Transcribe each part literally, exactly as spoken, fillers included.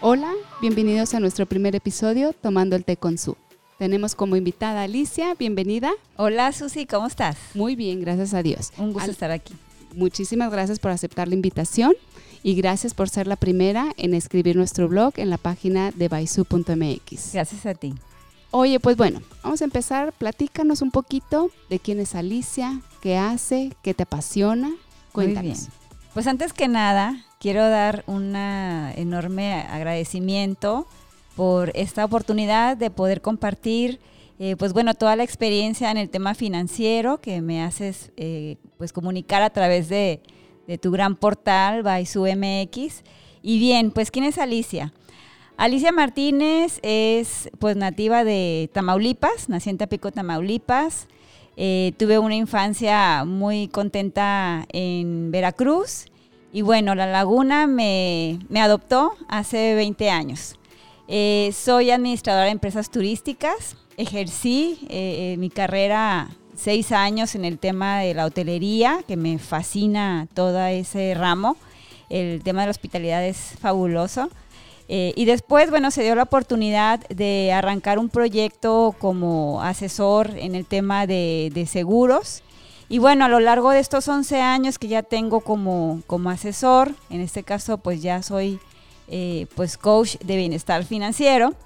Hola, bienvenidos a nuestro primer episodio Tomando el Té con Su. Tenemos como invitada a Alicia, bienvenida. Hola Susi, ¿cómo estás? Muy bien, gracias a Dios. Un gusto Al- estar aquí. Muchísimas gracias por aceptar la invitación y gracias por ser la primera en escribir nuestro blog en la página de baisu punto m x. Gracias a ti. Oye, pues bueno, vamos a empezar. Platícanos un poquito de quién es Alicia, qué hace, qué te apasiona. Cuéntanos. Muy bien. Pues antes que nada, quiero dar un enorme agradecimiento por esta oportunidad de poder compartir, eh, pues bueno, toda la experiencia en el tema financiero que me haces eh, pues comunicar a través de, de tu gran portal Baisu M X. Y bien, pues ¿quién es Alicia? Alicia Martínez es pues nativa de Tamaulipas, nací en Tampico, Tamaulipas. Eh, tuve una infancia muy contenta en Veracruz y bueno, La Laguna me, me adoptó hace veinte años. Eh, soy administradora de empresas turísticas, ejercí eh, mi carrera seis años en el tema de la hotelería, que me fascina todo ese ramo. El tema de la hospitalidad es fabuloso. Eh, y después, bueno, se dio la oportunidad de arrancar un proyecto como asesor en el tema de, de seguros. Y bueno, a lo largo de estos once años que ya tengo como, como asesor, en este caso pues ya soy eh, pues coach de bienestar financiero,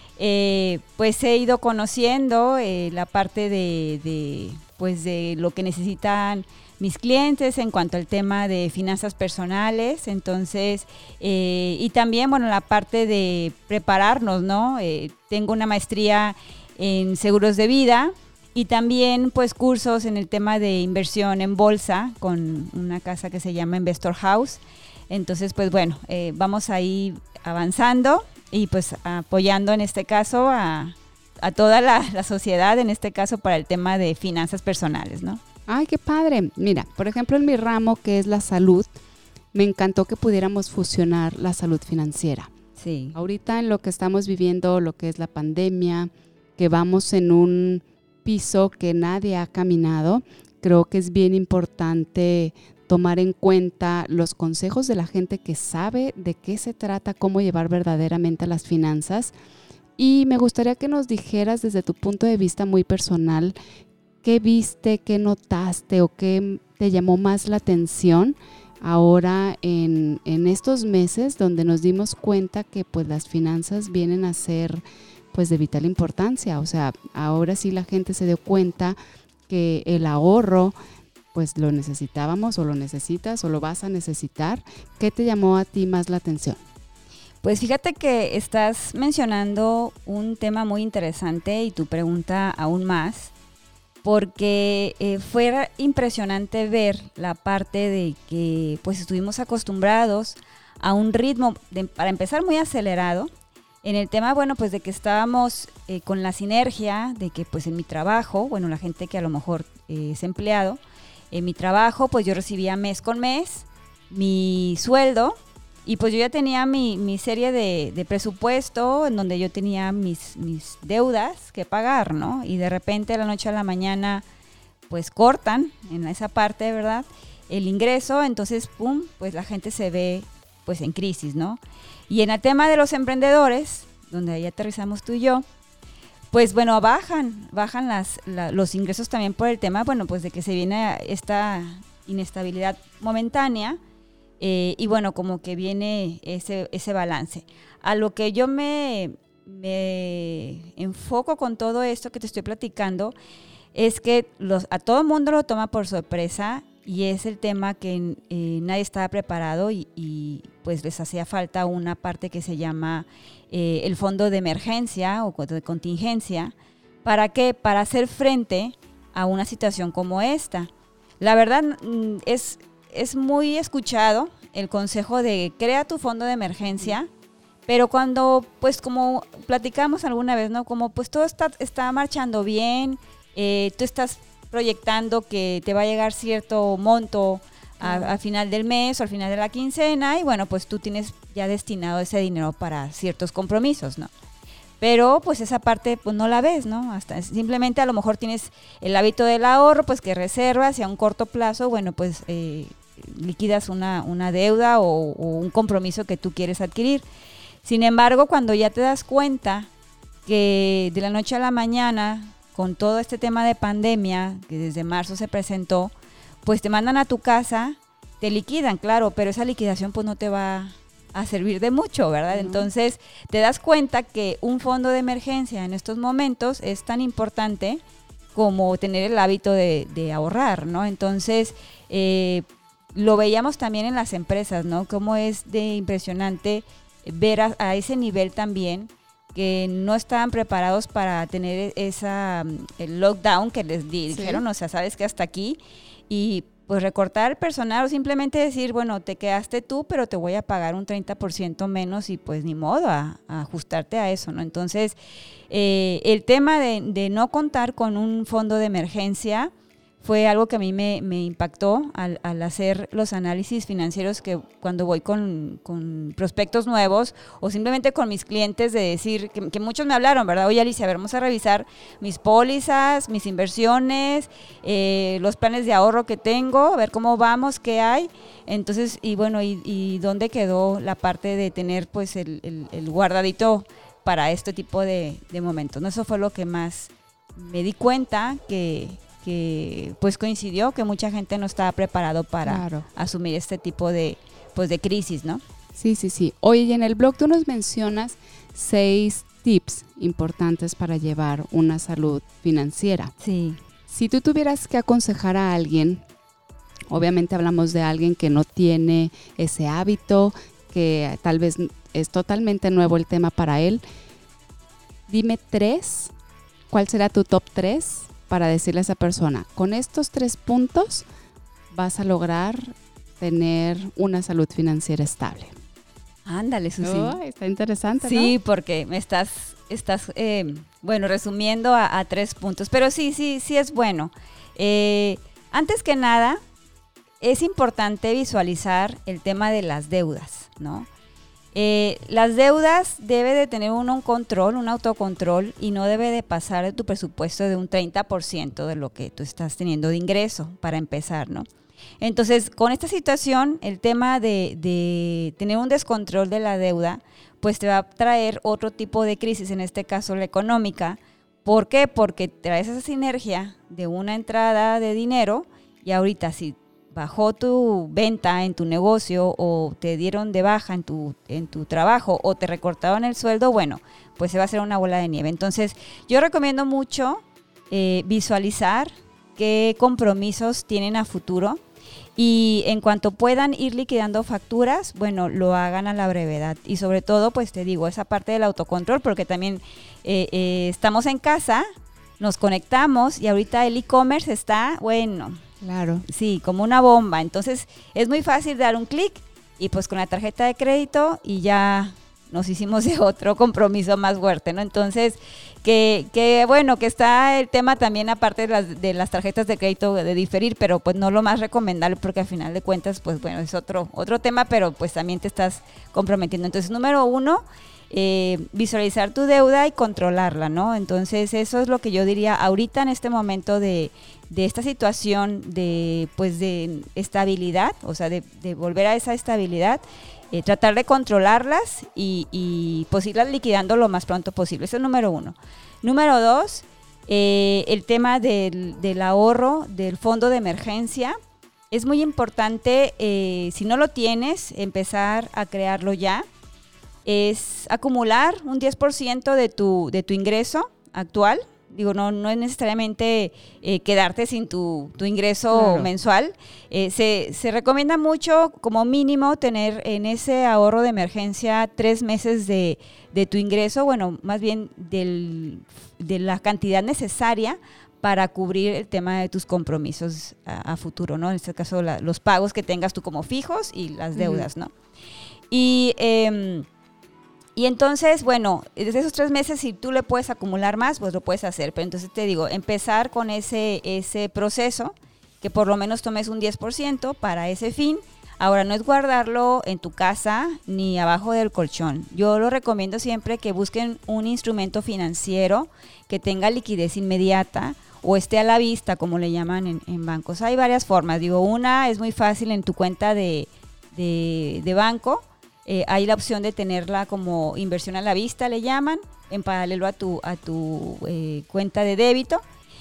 eh, pues he ido conociendo eh, la parte de, de, pues de lo que necesitan mis clientes en cuanto al tema de finanzas personales, entonces, eh, y también, bueno, la parte de prepararnos, ¿no? Eh, tengo una maestría en seguros de vida y también, pues, cursos en el tema de inversión en bolsa con una casa que se llama Investor House. Entonces, pues, bueno, eh, vamos ahí avanzando y, pues, apoyando en este caso a, a toda la, la sociedad, en este caso, para el tema de finanzas personales, ¿no? Ay, qué padre. Mira, por ejemplo, en mi ramo, que es la salud, me encantó que pudiéramos fusionar la salud financiera. Sí. Ahorita en lo que estamos viviendo, lo que es la pandemia, que vamos en un piso que nadie ha caminado, creo que es bien importante tomar en cuenta los consejos de la gente que sabe de qué se trata, cómo llevar verdaderamente las finanzas. Y me gustaría que nos dijeras desde tu punto de vista muy personal, ¿qué viste, qué notaste o qué te llamó más la atención ahora en, en estos meses donde nos dimos cuenta que pues las finanzas vienen a ser pues de vital importancia? O sea, ahora sí la gente se dio cuenta que el ahorro pues lo necesitábamos o lo necesitas o lo vas a necesitar. ¿Qué te llamó a ti más la atención? Pues fíjate que estás mencionando un tema muy interesante y tu pregunta aún más, porque eh, fue impresionante ver la parte de que pues estuvimos acostumbrados a un ritmo, de, para empezar, muy acelerado, en el tema, bueno, pues de que estábamos eh, con la sinergia de que pues en mi trabajo, bueno, la gente que a lo mejor eh, es empleado, en mi trabajo pues yo recibía mes con mes mi sueldo y pues yo ya tenía mi, mi serie de, de presupuesto en donde yo tenía mis, mis deudas que pagar, ¿no? Y de repente de la noche a la mañana pues cortan en esa parte, ¿verdad? El ingreso, entonces pum, pues la gente se ve pues en crisis, ¿no? Y en el tema de los emprendedores, donde ahí aterrizamos tú y yo, pues bueno, bajan, bajan las, la, los ingresos también por el tema, bueno, pues de que se viene esta inestabilidad momentánea. Eh, y bueno, como que viene ese, ese balance. A lo que yo me, me enfoco con todo esto que te estoy platicando es que los, a todo mundo lo toma por sorpresa y es el tema que eh, nadie estaba preparado y, y pues les hacía falta una parte que se llama eh, el fondo de emergencia o de contingencia. ¿Para qué? Para hacer frente a una situación como esta. La verdad es... Es muy escuchado el consejo de crea tu fondo de emergencia, pero cuando, pues como platicamos alguna vez, ¿no? Como pues todo está, está marchando bien, eh, tú estás proyectando que te va a llegar cierto monto a, a final del mes o al final de la quincena y bueno, pues tú tienes ya destinado ese dinero para ciertos compromisos, ¿no? Pero pues esa parte pues no la ves, ¿no? Hasta simplemente a lo mejor tienes el hábito del ahorro, pues que reservas y a un corto plazo, bueno, pues eh, liquidas una, una deuda o, o un compromiso que tú quieres adquirir. Sin embargo, cuando ya te das cuenta que de la noche a la mañana, con todo este tema de pandemia, que desde marzo se presentó, pues te mandan a tu casa, te liquidan, claro, pero esa liquidación pues no te va a servir de mucho, ¿verdad? Uh-huh. Entonces te das cuenta que un fondo de emergencia en estos momentos es tan importante como tener el hábito de, de ahorrar, ¿no? Entonces, eh, lo veíamos también en las empresas, ¿no? Cómo es de impresionante ver a, a ese nivel también que no estaban preparados para tener esa el lockdown que les di, ¿sí? Dijeron, o sea, sabes que hasta aquí, y pues recortar el personal o simplemente decir, bueno, te quedaste tú, pero te voy a pagar un treinta por ciento menos y pues ni modo a, a ajustarte a eso, ¿no? Entonces, eh, el tema de, de no contar con un fondo de emergencia fue algo que a mí me, me impactó al, al hacer los análisis financieros, que cuando voy con, con prospectos nuevos o simplemente con mis clientes, de decir, que, que muchos me hablaron, ¿verdad? Oye, Alicia, a ver, vamos a revisar mis pólizas, mis inversiones, eh, los planes de ahorro que tengo, a ver cómo vamos, qué hay. Entonces, y bueno, y, y dónde quedó la parte de tener pues el, el, el guardadito para este tipo de, de momentos, ¿no? Eso fue lo que más me di cuenta que... que pues coincidió que mucha gente no estaba preparado para claro. asumir este tipo de, pues de crisis, ¿no? Sí, sí, sí. Oye, y en el blog tú nos mencionas seis tips importantes para llevar una salud financiera. Sí. Si tú tuvieras que aconsejar a alguien, obviamente hablamos de alguien que no tiene ese hábito, que tal vez es totalmente nuevo el tema para él, dime tres, ¿cuál será tu top tres? Para decirle a esa persona, con estos tres puntos vas a lograr tener una salud financiera estable. Ándale, Susi. Oh, está interesante, sí, ¿no? Porque me estás, estás eh, bueno, resumiendo a, a tres puntos, pero sí, sí, sí es bueno. Eh, antes que nada, es importante visualizar el tema de las deudas, ¿no? Eh, las deudas debe de tener uno un control, un autocontrol, y no debe de pasar de tu presupuesto de un treinta por ciento de lo que tú estás teniendo de ingreso, para empezar, ¿no? Entonces, con esta situación, el tema de, de tener un descontrol de la deuda, pues te va a traer otro tipo de crisis, en este caso la económica. ¿Por qué? Porque traes esa sinergia de una entrada de dinero, y ahorita si bajó tu venta en tu negocio o te dieron de baja en tu, en tu trabajo o te recortaron el sueldo, bueno, pues se va a hacer una bola de nieve. Entonces, yo recomiendo mucho eh, visualizar qué compromisos tienen a futuro, y en cuanto puedan ir liquidando facturas, bueno, lo hagan a la brevedad. Y sobre todo, pues te digo, esa parte del autocontrol, porque también eh, eh, estamos en casa, nos conectamos y ahorita el e-commerce está, bueno... Claro. Sí, como una bomba. Entonces, es muy fácil dar un clic y pues con la tarjeta de crédito y ya nos hicimos de otro compromiso más fuerte, ¿no? Entonces, que, que bueno, que está el tema también, aparte de las, de las tarjetas de crédito, de diferir, pero pues no lo más recomendable, porque al final de cuentas, pues bueno, es otro, otro tema, pero pues también te estás comprometiendo. Entonces, número uno, eh, visualizar tu deuda y controlarla, ¿no? Entonces, eso es lo que yo diría ahorita en este momento de... de esta situación de pues de estabilidad, o sea, de, de volver a esa estabilidad, eh, tratar de controlarlas y, y pues irlas liquidando lo más pronto posible. Eso es número uno. Número dos, eh, el tema del, del ahorro, del fondo de emergencia. Es muy importante, eh, si no lo tienes, empezar a crearlo ya. Es acumular un diez por ciento de tu, de tu ingreso actual. Digo, no, no es necesariamente eh, quedarte sin tu, tu ingreso claro. mensual. Eh, se, se recomienda mucho, como mínimo, tener en ese ahorro de emergencia tres meses de, de tu ingreso, bueno, más bien del, de la cantidad necesaria para cubrir el tema de tus compromisos a, a futuro, ¿no? En este caso, la, los pagos que tengas tú como fijos y las deudas, uh-huh. ¿no? Y... Eh, Y entonces, bueno, desde esos tres meses, si tú le puedes acumular más, pues lo puedes hacer. Pero entonces te digo, empezar con ese, ese proceso, que por lo menos tomes un diez por ciento para ese fin. Ahora, no es guardarlo en tu casa ni abajo del colchón. Yo lo recomiendo siempre que busquen un instrumento financiero que tenga liquidez inmediata o esté a la vista, como le llaman en, en bancos. Hay varias formas. Digo, una es muy fácil en tu cuenta de, de, de banco. Eh, hay la opción de tenerla como inversión a la vista, le llaman, en paralelo a tu, a tu eh, cuenta de débito.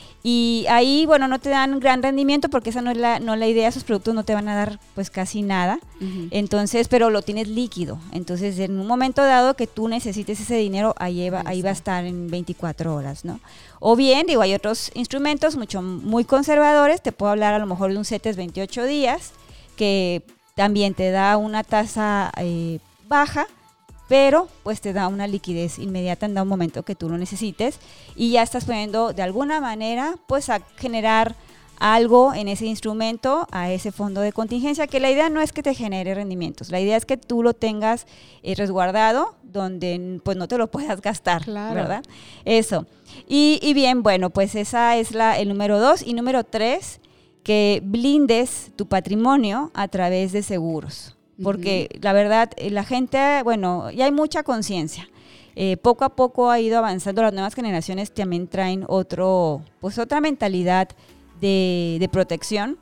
Y ahí, bueno, no te dan gran rendimiento porque esa no es la, no la idea, esos productos no te van a dar pues casi nada. Uh-huh. Entonces, pero lo tienes líquido. Entonces, en un momento dado que tú necesites ese dinero, ahí va, ahí va a estar en veinticuatro horas, ¿no? O bien, digo, hay otros instrumentos mucho, muy conservadores. Te puedo hablar a lo mejor de un CETES veintiocho días, que también te da una tasa eh, baja, pero pues te da una liquidez inmediata en un momento que tú lo necesites y ya estás poniendo de alguna manera pues a generar algo en ese instrumento, a ese fondo de contingencia, que la idea no es que te genere rendimientos, la idea es que tú lo tengas eh, resguardado donde pues no te lo puedas gastar, claro. ¿Verdad? Eso. Y, y bien, bueno, pues esa es la, el número dos. Y número tres, que blindes tu patrimonio a través de seguros. Porque uh-huh. la verdad, la gente, bueno, ya hay mucha conciencia. Eh, poco a poco ha ido avanzando, las nuevas generaciones también traen otro, pues otra mentalidad de, de protección.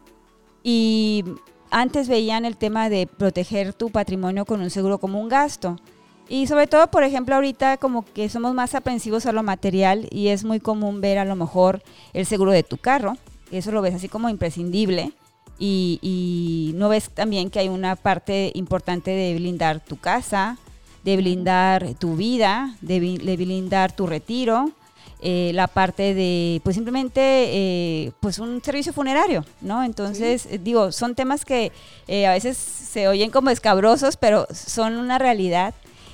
Y antes veían el tema de proteger tu patrimonio con un seguro como un gasto. Y sobre todo, por ejemplo, ahorita como que somos más aprensivos a lo material y es muy común ver a lo mejor el seguro de tu carro. Eso lo ves así como imprescindible. Y, y no ves también que hay una parte importante de blindar tu casa, de blindar tu vida, de, de blindar tu retiro, eh, la parte de, pues simplemente, eh, pues un servicio funerario, ¿no? Entonces, sí. eh, digo, son temas que eh, a veces se oyen como escabrosos, pero son una realidad.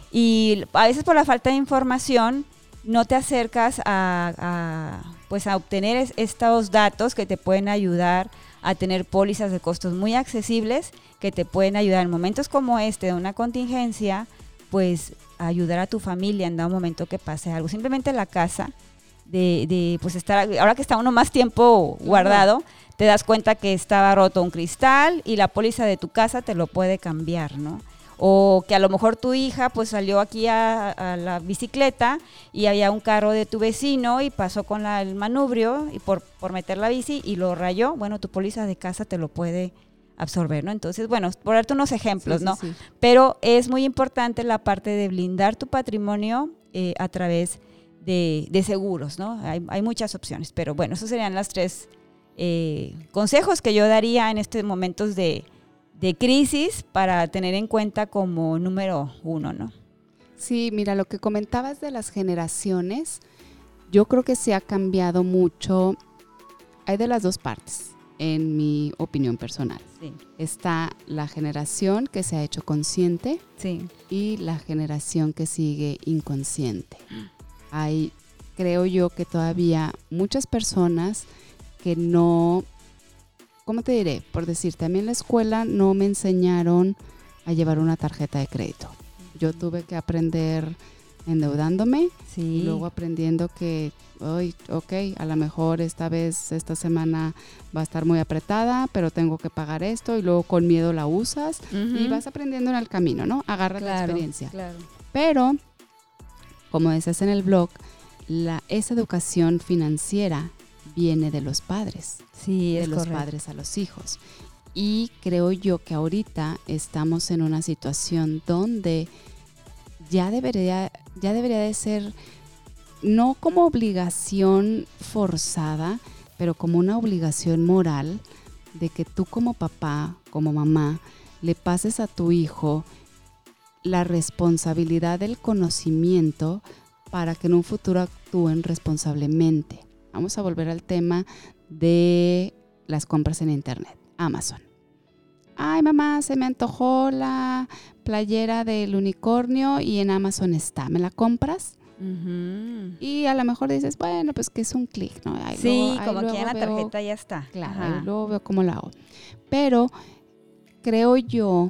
Y a veces por la falta de información no te acercas a, a, pues a obtener es, estos datos que te pueden ayudar a tener pólizas de costos muy accesibles que te pueden ayudar en momentos como este de una contingencia, pues a ayudar a tu familia en dado momento que pase algo. Simplemente la casa, de, de pues estar, ahora que está uno más tiempo guardado, te das cuenta que estaba roto un cristal y la póliza de tu casa te lo puede cambiar, ¿no? O que a lo mejor tu hija pues salió aquí a, a la bicicleta y había un carro de tu vecino y pasó con la, el manubrio y por, por meter la bici y lo rayó, bueno, tu póliza de casa te lo puede absorber, ¿no? Entonces, bueno, por darte unos ejemplos, sí, ¿no? Sí, sí. Pero es muy importante la parte de blindar tu patrimonio eh, a través de, de seguros, ¿no? Hay, hay muchas opciones, pero bueno, esos serían los tres eh, consejos que yo daría en estos momentos de de crisis para tener en cuenta como número uno, ¿no? Sí, mira, lo que comentabas de las generaciones, yo creo que se ha cambiado mucho. Hay de las dos partes, en mi opinión personal. Sí. Está la generación que se ha hecho consciente, sí, y la generación que sigue inconsciente. Hay, creo yo, que todavía muchas personas que no... ¿Cómo te diré? Por decir, también en la escuela no me enseñaron a llevar una tarjeta de crédito. Yo tuve que aprender endeudándome, sí, y luego aprendiendo que, oh, ok, a lo mejor esta vez, esta semana va a estar muy apretada, pero tengo que pagar esto, y luego con miedo la usas, uh-huh, y vas aprendiendo en el camino, ¿no? Agarra claro, la experiencia. Claro. Pero, como decías en el blog, la, esa educación financiera viene de los padres, sí, de los correcto. Padres a los hijos. Y creo yo que ahorita estamos en una situación donde ya debería, ya debería de ser, no como obligación forzada, pero como una obligación moral de que tú como papá, como mamá, le pases a tu hijo la responsabilidad del conocimiento para que en un futuro actúen responsablemente. Vamos a volver al tema de las compras en internet, Amazon. Ay, mamá, se me antojó la playera del unicornio y en Amazon está. ¿Me la compras? Uh-huh. Y a lo mejor dices, bueno, pues que es un clic, ¿no? Ahí sí, luego, como ahí que en la veo, tarjeta ya está. Claro, ahí luego veo cómo la hago. Pero creo yo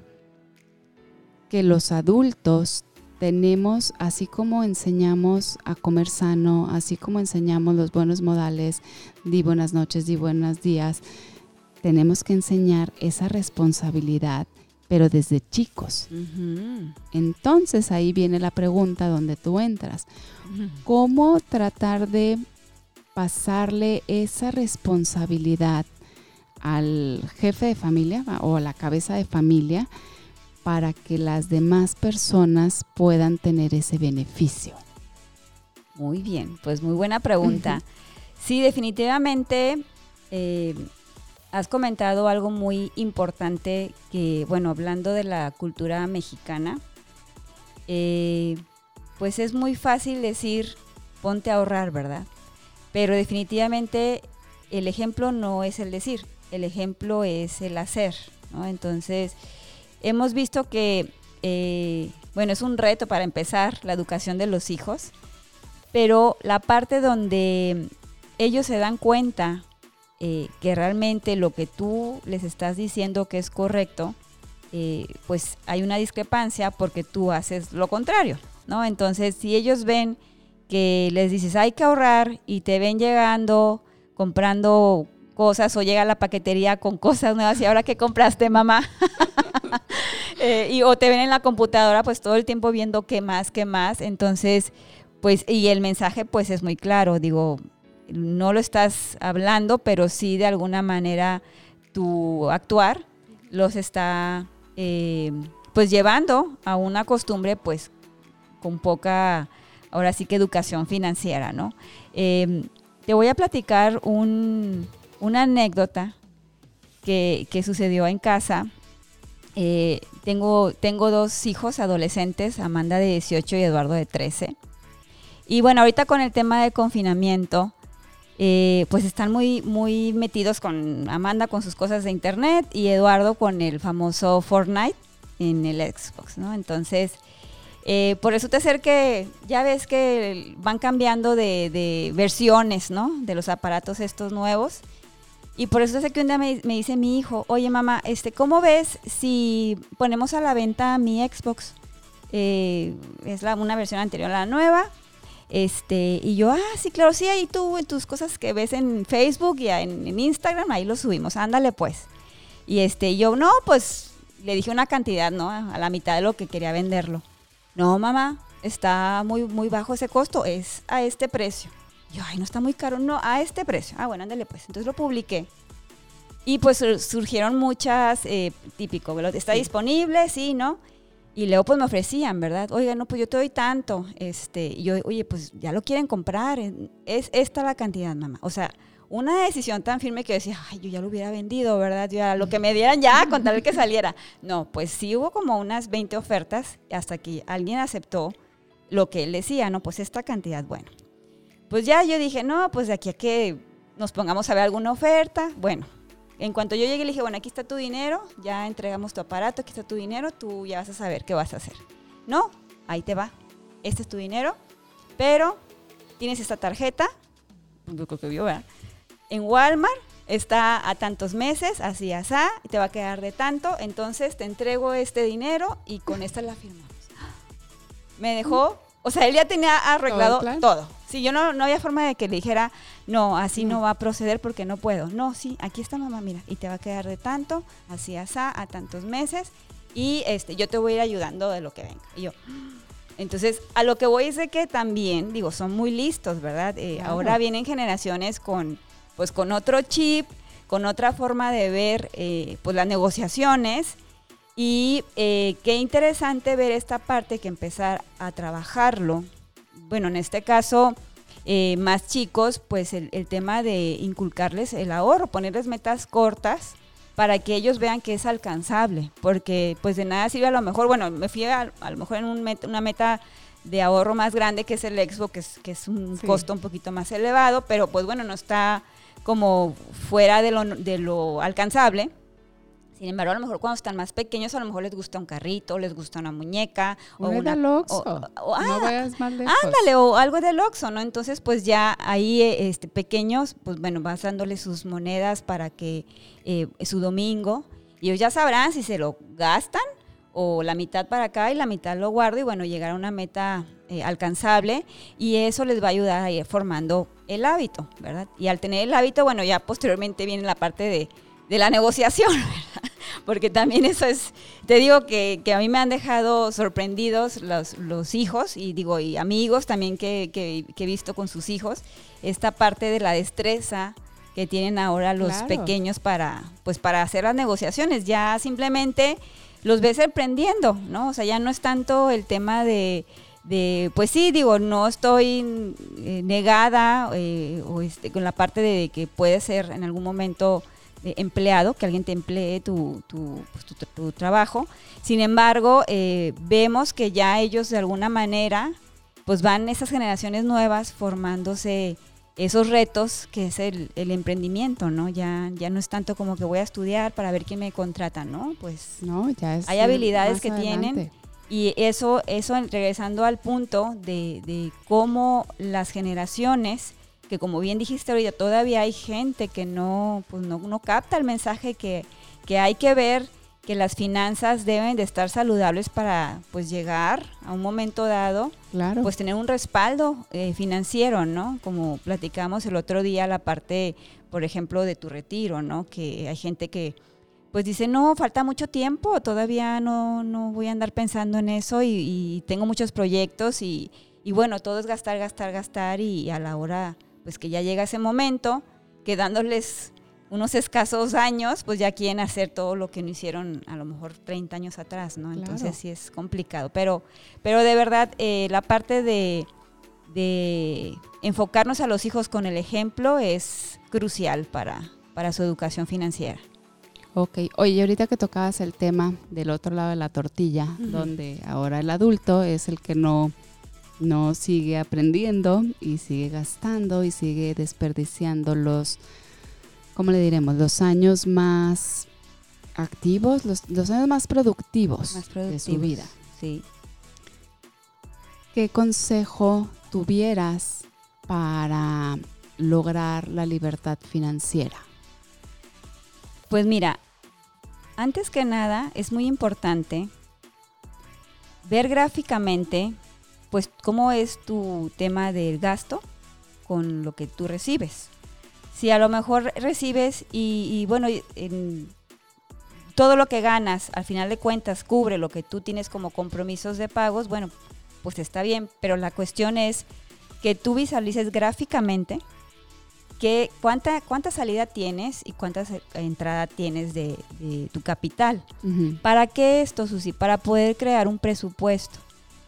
que los adultos tenemos, así como enseñamos a comer sano, así como enseñamos los buenos modales, di buenas noches, di buenos días, tenemos que enseñar esa responsabilidad, pero desde chicos. Uh-huh. Entonces ahí viene la pregunta donde tú entras. Uh-huh. ¿Cómo tratar de pasarle esa responsabilidad al jefe de familia o a la cabeza de familia para que las demás personas puedan tener ese beneficio? Muy bien, pues muy buena pregunta. Uh-huh. Sí, definitivamente eh, has comentado algo muy importante que, bueno, hablando de la cultura mexicana, eh, pues es muy fácil decir, ponte a ahorrar, ¿verdad? Pero definitivamente el ejemplo no es el decir, el ejemplo es el hacer, ¿no? Entonces, hemos visto que, eh, bueno, es un reto para empezar la educación de los hijos, pero la parte donde ellos se dan cuenta eh, que realmente lo que tú les estás diciendo que es correcto, eh, pues hay una discrepancia porque tú haces lo contrario, ¿no? Entonces, si ellos ven que les dices hay que ahorrar y te ven llegando, comprando cosas o llega a la paquetería con cosas nuevas y ahora ¿qué compraste, mamá? eh, y, o te ven en la computadora pues todo el tiempo viendo qué más, qué más. Entonces, pues, y el mensaje pues es muy claro, digo, no lo estás hablando, pero sí de alguna manera tu actuar los está eh, pues llevando a una costumbre pues con poca, ahora sí que educación financiera, ¿no? Eh, te voy a platicar un, una anécdota que, que sucedió en casa. Eh, tengo, tengo dos hijos adolescentes, Amanda de dieciocho y Eduardo de trece. Y bueno, ahorita con el tema de confinamiento, eh, pues están muy, muy metidos con Amanda con sus cosas de internet y Eduardo con el famoso Fortnite en el Xbox, ¿no? Entonces, eh, por eso te ser que ya ves que van cambiando de, de versiones, ¿no? De los aparatos estos nuevos. Y por eso sé que un día me, me dice mi hijo, oye mamá, este, ¿cómo ves si ponemos a la venta mi Xbox? Eh, es la, una versión anterior a la nueva. Este, y yo, ah, sí, claro, sí, ahí tú en tus cosas que ves en Facebook y en, en Instagram, ahí lo subimos, ándale pues. Y este, yo, no, pues, le dije una cantidad, ¿no? A la mitad de lo que quería venderlo. No, mamá, está muy, muy bajo ese costo, es a este precio. Yo, ay, no está muy caro, no, a este precio. Ah, bueno, ándale pues. Entonces lo publiqué. Y pues surgieron muchas, eh, típico, está sí. disponible, sí, ¿no? Y luego pues me ofrecían, ¿verdad? Oiga, no, pues yo te doy tanto. Este, y yo, oye, pues ya lo quieren comprar. Es esta la cantidad, mamá. O sea, una decisión tan firme que yo decía, ay, yo ya lo hubiera vendido, ¿verdad? Yo ya, lo que me dieran ya, con tal que saliera. No, pues sí hubo como unas veinte ofertas hasta que alguien aceptó lo que él decía, ¿no? Pues esta cantidad, bueno. Pues ya yo dije, no, pues de aquí a que nos pongamos a ver alguna oferta. Bueno, en cuanto yo llegué le dije, bueno, aquí está tu dinero, ya entregamos tu aparato, aquí está tu dinero, tú ya vas a saber qué vas a hacer. No, ahí te va, este es tu dinero, pero tienes esta tarjeta, yo creo que vio, ¿verdad? En Walmart está a tantos meses, así, así, y te va a quedar de tanto, entonces te entrego este dinero y con esta la firmamos. Me dejó, o sea, él ya tenía arreglado todo. todo. Sí, yo no, no había forma de que le dijera, no, así no. no va a proceder porque no puedo. No, sí, aquí está mamá, mira, y te va a quedar de tanto, así, así, a tantos meses, y este, yo te voy a ir ayudando de lo que venga. Y yo, entonces, a lo que voy es de que también, digo, son muy listos, ¿verdad? Eh, claro. Ahora vienen generaciones con, pues, con otro chip, con otra forma de ver, eh, pues, las negociaciones, y eh, qué interesante ver esta parte que empezar a trabajarlo. Bueno, en este caso, eh, más chicos, pues el, el tema de inculcarles el ahorro, ponerles metas cortas para que ellos vean que es alcanzable, porque pues de nada sirve a lo mejor, bueno, me fui a, a lo mejor en un met, una meta de ahorro más grande que es el Xbox, que es, que es un sí. costo un poquito más elevado, pero pues bueno, no está como fuera de lo, de lo alcanzable. Sin embargo, a lo mejor cuando están más pequeños, a lo mejor les gusta un carrito, les gusta una muñeca. O una del Oxxo, o, o, ah, no vayas más lejos. Ándale, o algo del Oxxo, ¿no? Entonces, pues ya ahí este, pequeños, pues bueno, vas dándole sus monedas para que eh, su domingo, y ellos ya sabrán si se lo gastan o la mitad para acá y la mitad lo guardo y bueno, llegar a una meta eh, alcanzable, y eso les va a ayudar a ir formando el hábito, ¿verdad? Y al tener el hábito, bueno, ya posteriormente viene la parte de de la negociación, ¿verdad? Porque también eso es, te digo que, que a mí me han dejado sorprendidos los, los hijos, y digo, y amigos también que, que, que he visto con sus hijos, esta parte de la destreza que tienen ahora los claro. pequeños para, pues para hacer las negociaciones. Ya simplemente los ves emprendiendo, ¿no? O sea, ya no es tanto el tema de, de pues sí, digo, no estoy eh, negada eh, o este, con la parte de que puede ser en algún momento eh, empleado, que alguien te emplee tu, tu, pues, tu, tu trabajo. Sin embargo, eh, vemos que ya ellos de alguna manera, pues van esas generaciones nuevas formándose esos retos que es el, el emprendimiento, ¿no? Ya, ya no es tanto como que voy a estudiar para ver quién me contrata, ¿no? Pues no, ya es hay habilidades que adelante. tienen y eso, eso regresando al punto de, de cómo las generaciones, que como bien dijiste ahorita, todavía hay gente que no, pues no, no capta el mensaje que, que hay que ver que las finanzas deben de estar saludables para pues llegar a un momento dado, claro. pues tener un respaldo eh, financiero, ¿no? Como platicamos el otro día, la parte, por ejemplo, de tu retiro, ¿no? Que hay gente que pues dice, no, falta mucho tiempo, todavía no, no voy a andar pensando en eso y, y tengo muchos proyectos y, y bueno, todo es gastar, gastar, gastar y a la hora pues que ya llega ese momento, quedándoles unos escasos años, pues ya quieren hacer todo lo que no hicieron a lo mejor treinta años atrás, ¿no? Entonces claro. sí es complicado, pero, pero de verdad eh, la parte de, de enfocarnos a los hijos con el ejemplo es crucial para, para su educación financiera. Ok, oye, ahorita que tocabas el tema del otro lado de la tortilla, uh-huh. donde ahora el adulto es el que no, no sigue aprendiendo y sigue gastando y sigue desperdiciando los... ¿Cómo le diremos? Los años más activos, los, los años más productivos, más productivos de su vida. Sí. ¿Qué consejo tuvieras para lograr la libertad financiera? Pues mira, antes que nada es muy importante ver gráficamente pues cómo es tu tema del gasto con lo que tú recibes. Si a lo mejor recibes y, y bueno, en todo lo que ganas, al final de cuentas, cubre lo que tú tienes como compromisos de pagos, bueno, pues está bien, pero la cuestión es que tú visualices gráficamente que cuánta, cuánta salida tienes y cuánta entrada tienes de, de tu capital. Uh-huh. ¿Para qué esto, Susi? Para poder crear un presupuesto.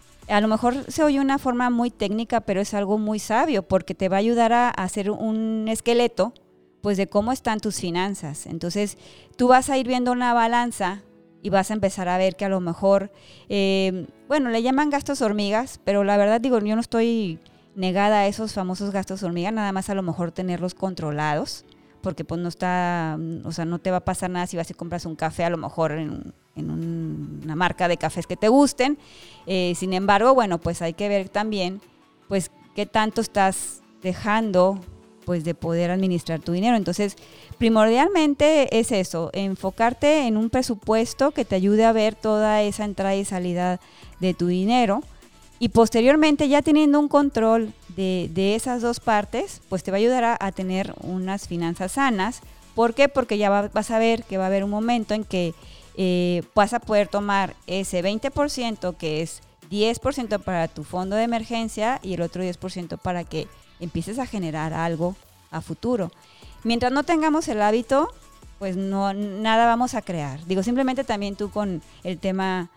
A lo mejor se oye una forma muy técnica, pero es algo muy sabio porque te va a ayudar a, a hacer un esqueleto pues de cómo están tus finanzas. Entonces tú vas a ir viendo una balanza y vas a empezar a ver que a lo mejor, eh, bueno, le llaman gastos hormigas, pero la verdad digo, yo no estoy negada a esos famosos gastos hormiga, nada más a lo mejor tenerlos controlados, porque pues no está, o sea, no te va a pasar nada si vas y compras un café a lo mejor en, en un, una marca de cafés que te gusten. Eh, sin embargo, bueno, pues hay que ver también, pues, qué tanto estás dejando, pues, de poder administrar tu dinero. Entonces, primordialmente es eso, enfocarte en un presupuesto que te ayude a ver toda esa entrada y salida de tu dinero. Y posteriormente, ya teniendo un control de, de esas dos partes, pues te va a ayudar a, a tener unas finanzas sanas. ¿Por qué? Porque ya va, vas a ver que va a haber un momento en que eh, vas a poder tomar ese veinte por ciento, que es diez por ciento para tu fondo de emergencia y el otro diez por ciento para que empieces a generar algo a futuro. Mientras no tengamos el hábito, pues no, nada vamos a crear. Digo, simplemente también tú con el tema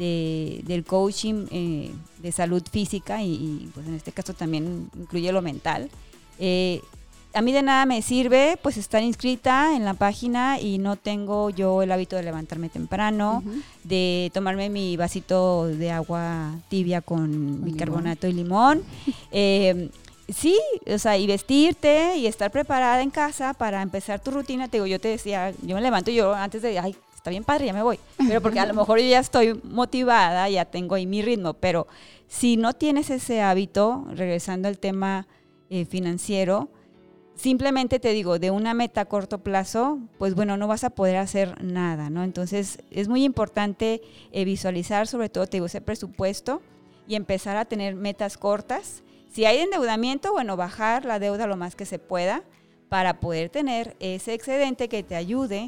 De, del coaching eh, de salud física y, y pues en este caso también incluye lo mental. Eh, a mí de nada me sirve pues estar inscrita en la página y no tengo yo el hábito de levantarme temprano, uh-huh. de tomarme mi vasito de agua tibia con, con bicarbonato y limón. Eh, sí, o sea, y vestirte y estar preparada en casa para empezar tu rutina. Te digo, yo te decía, yo me levanto y yo antes de, ay, está bien padre, ya me voy, pero porque a lo mejor yo ya estoy motivada, ya tengo ahí mi ritmo, pero si no tienes ese hábito, regresando al tema eh, financiero, simplemente te digo, de una meta a corto plazo, pues bueno, no vas a poder hacer nada, ¿no? Entonces es muy importante eh, visualizar, sobre todo te digo, ese presupuesto y empezar a tener metas cortas. Si hay endeudamiento, bueno, bajar la deuda lo más que se pueda para poder tener ese excedente que te ayude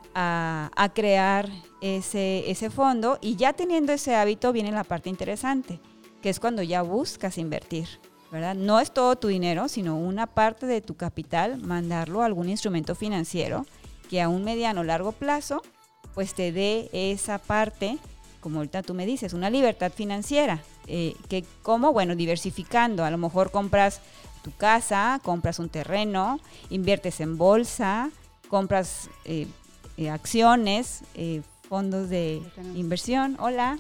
A, a crear ese, ese fondo, y ya teniendo ese hábito viene la parte interesante, que es cuando ya buscas invertir, ¿verdad? No es todo tu dinero, sino una parte de tu capital, mandarlo a algún instrumento financiero que a un mediano o largo plazo pues te dé esa parte, como ahorita tú me dices, una libertad financiera. Eh, que ¿cómo? Bueno, diversificando. A lo mejor compras tu casa, compras un terreno, inviertes en bolsa, compras eh, eh, acciones, eh, fondos de inversión. Hola.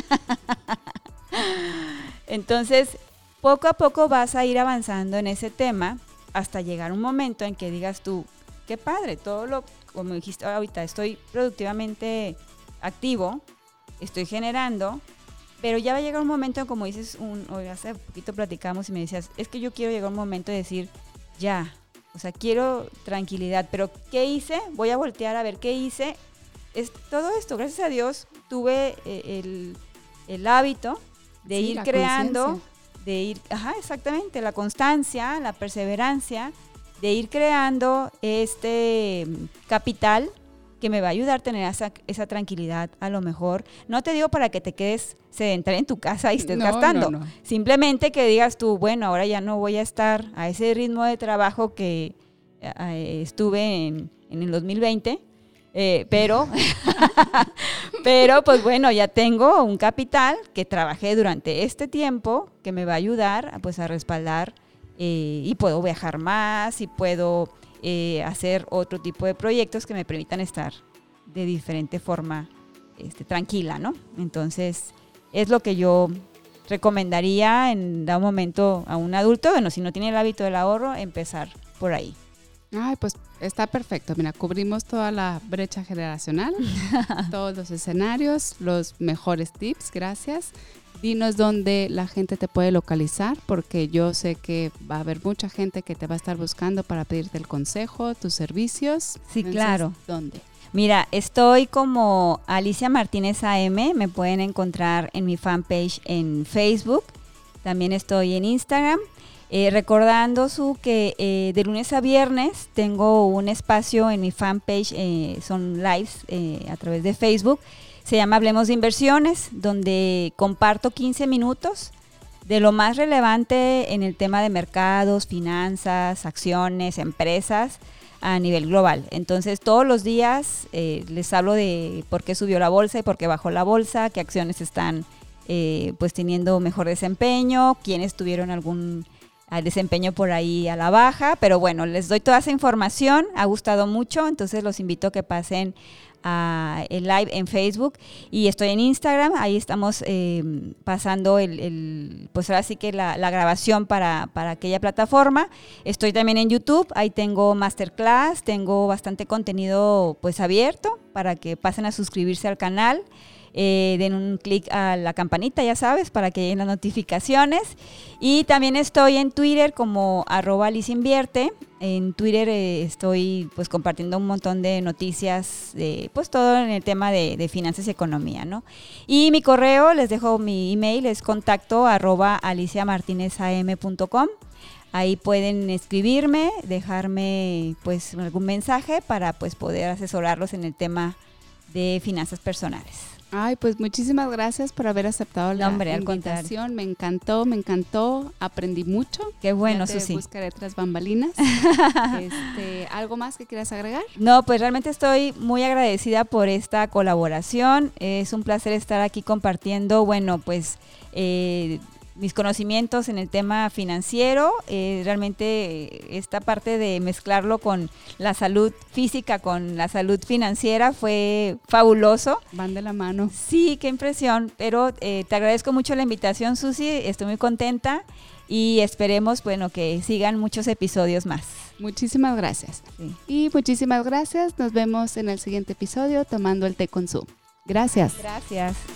Entonces, poco a poco vas a ir avanzando en ese tema hasta llegar un momento en que digas tú, qué padre, todo lo, como dijiste ahorita, estoy productivamente activo, estoy generando, pero ya va a llegar un momento, como dices, un, hoy hace poquito platicamos y me decías, es que yo quiero llegar a un momento de decir, ya, o sea, quiero tranquilidad, pero ¿qué hice? Voy a voltear a ver qué hice. Es todo esto, gracias a Dios, tuve eh, el, el hábito de sí, ir creando, de ir, ajá, exactamente, la constancia, la perseverancia, de ir creando este capital que me va a ayudar a tener esa, esa tranquilidad, a lo mejor. No te digo para que te quedes sedentario en tu casa y estés no, gastando. No, no. Simplemente que digas tú, bueno, ahora ya no voy a estar a ese ritmo de trabajo que eh, estuve en, en el dos mil veinte, eh, pero, pero pues bueno, ya tengo un capital que trabajé durante este tiempo que me va a ayudar pues, a respaldar eh, y puedo viajar más y puedo... Eh, hacer otro tipo de proyectos que me permitan estar de diferente forma este, tranquila, ¿no? Entonces, es lo que yo recomendaría en un momento a un adulto, bueno, si no tiene el hábito del ahorro, empezar por ahí. Ay, pues está perfecto. Mira, cubrimos toda la brecha generacional, todos los escenarios, los mejores tips, gracias. Dinos dónde la gente te puede localizar, porque yo sé que va a haber mucha gente que te va a estar buscando para pedirte el consejo, tus servicios. Sí, entonces, claro. ¿Dónde? Mira, estoy como Alicia Martínez A M, me pueden encontrar en mi fanpage en Facebook, también estoy en Instagram. Eh, recordando su que eh, de lunes a viernes tengo un espacio en mi fanpage, eh, son lives eh, a través de Facebook. Se llama Hablemos de Inversiones, donde comparto quince minutos de lo más relevante en el tema de mercados, finanzas, acciones, empresas a nivel global. Entonces, todos los días eh, les hablo de por qué subió la bolsa y por qué bajó la bolsa, qué acciones están eh, pues teniendo mejor desempeño, quiénes tuvieron algún desempeño por ahí a la baja. Pero bueno, les doy toda esa información, ha gustado mucho, entonces los invito a que pasen Uh, el live en Facebook y estoy en Instagram, ahí estamos eh, pasando el, el, pues ahora sí que la, la grabación para, para aquella plataforma. Estoy también en YouTube, ahí tengo masterclass, tengo bastante contenido pues abierto para que pasen a suscribirse al canal. Eh, den un clic a la campanita, ya sabes, para que lleguen las notificaciones. Y también estoy en Twitter como arroba Alicia Invierte. En Twitter eh, estoy pues compartiendo un montón de noticias, de, pues todo en el tema de, de finanzas y economía, ¿no? Y mi correo, les dejo mi email, es contacto arroba alicia martinez a m punto com. Ahí pueden escribirme, dejarme pues algún mensaje para pues poder asesorarlos en el tema de finanzas personales. Ay, pues muchísimas gracias por haber aceptado la no, hombre, invitación. Me encantó, me encantó, aprendí mucho. Qué bueno, ya te Susi. Buscaré tras bambalinas. este, ¿Algo más que quieras agregar? No, pues realmente estoy muy agradecida por esta colaboración. Es un placer estar aquí compartiendo, bueno, pues eh, mis conocimientos en el tema financiero. Eh, realmente esta parte de mezclarlo con la salud física, con la salud financiera fue fabuloso. Van de la mano. Sí, qué impresión, pero eh, te agradezco mucho la invitación, Susi, estoy muy contenta y esperemos, bueno, que sigan muchos episodios más. Muchísimas gracias. Sí. Y muchísimas gracias, nos vemos en el siguiente episodio tomando el té con Su. Gracias. Gracias.